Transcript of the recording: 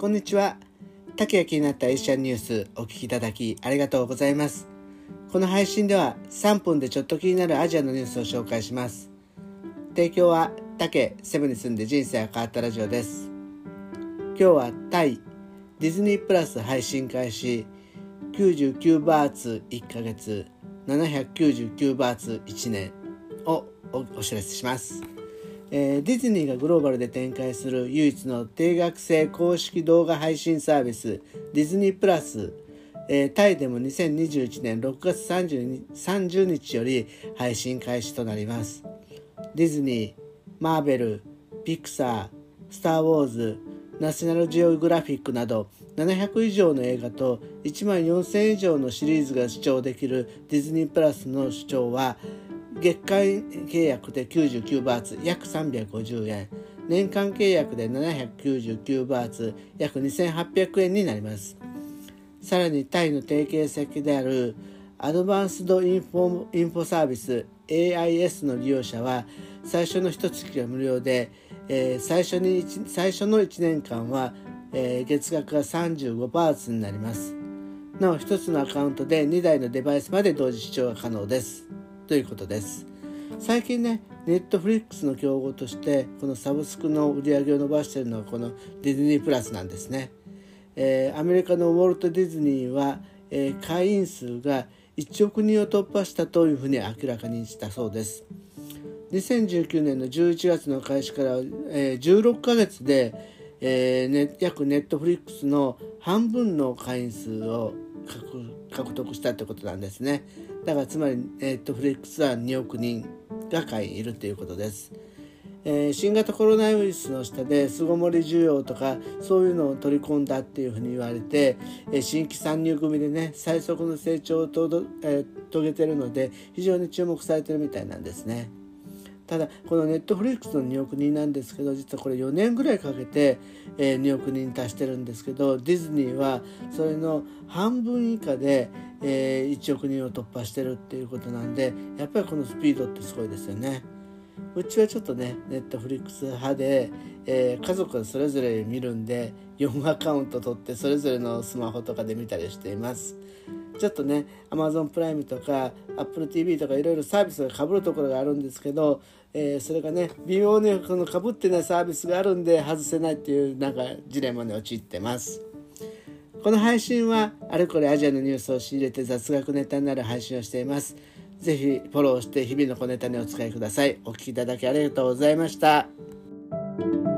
こんにちは。竹が気になったエーシャンニュースお聞きいただきありがとうございます。この配信では3分でちょっと気になるアジアのニュースを紹介します。提供は竹セブに住んで人生が変わったラジオです。今日はタイディズニープラス配信開始99バーツ1ヶ月799バーツ1年をお知らせします。ディズニーがグローバルで展開する唯一の定額制公式動画配信サービスディズニープラス、タイでも2021年6月30日より配信開始となります。ディズニー、マーベル、ピクサー、スター・ウォーズ、ナショナルジオグラフィックなど700以上の映画と1万4000以上のシリーズが視聴できるディズニープラスの視聴は月間契約で99バーツ約350円、年間契約で799バーツ約2800円になります。さらにタイの提携先であるアドバンスドインフォサービス AIS の利用者は最初の1月が無料で、最初の1年間は、月額が35バーツになります。なお1つのアカウントで2台のデバイスまで同時視聴が可能ですということです。最近ね、ネットフリックスの競合としてこのサブスクの売り上げを伸ばしているのはこのディズニープラスなんですね。アメリカのウォルト・ディズニーは、会員数が1億人を突破したというふうに明らかにしたそうです。2019年の11月の開始から、16ヶ月で、約ネットフリックスの半分の会員数を獲得したということなんですね。だからつまりネットフリックスは2億人が会員いるということです。新型コロナウイルスの下で巣ごもり需要とかそういうのを取り込んだっていうふうに言われて、新規参入組でね最速の成長を遂げているので非常に注目されているみたいなんですね。ただこのネットフリックスの2億人なんですけど、実はこれ4年ぐらいかけて、2億人に達してるんですけど、ディズニーはそれの半分以下で、1億人を突破してるっていうことなんで、やっぱりこのスピードってすごいですよね。うちはちょっとねネットフリックス派で、家族がそれぞれ見るんで4アカウント取ってそれぞれのスマホとかで見たりしています。ちょっとね Amazon プライムとか Apple TV とかいろいろサービスが被るところがあるんですけど、それがね微妙にこの被ってないサービスがあるんで外せないっていうなんかジレンマに陥ってます。この配信はあれこれアジアのニュースを仕入れて雑学ネタになる配信をしています。ぜひフォローして日々の小ネタにお使いください。お聞きいただきありがとうございました。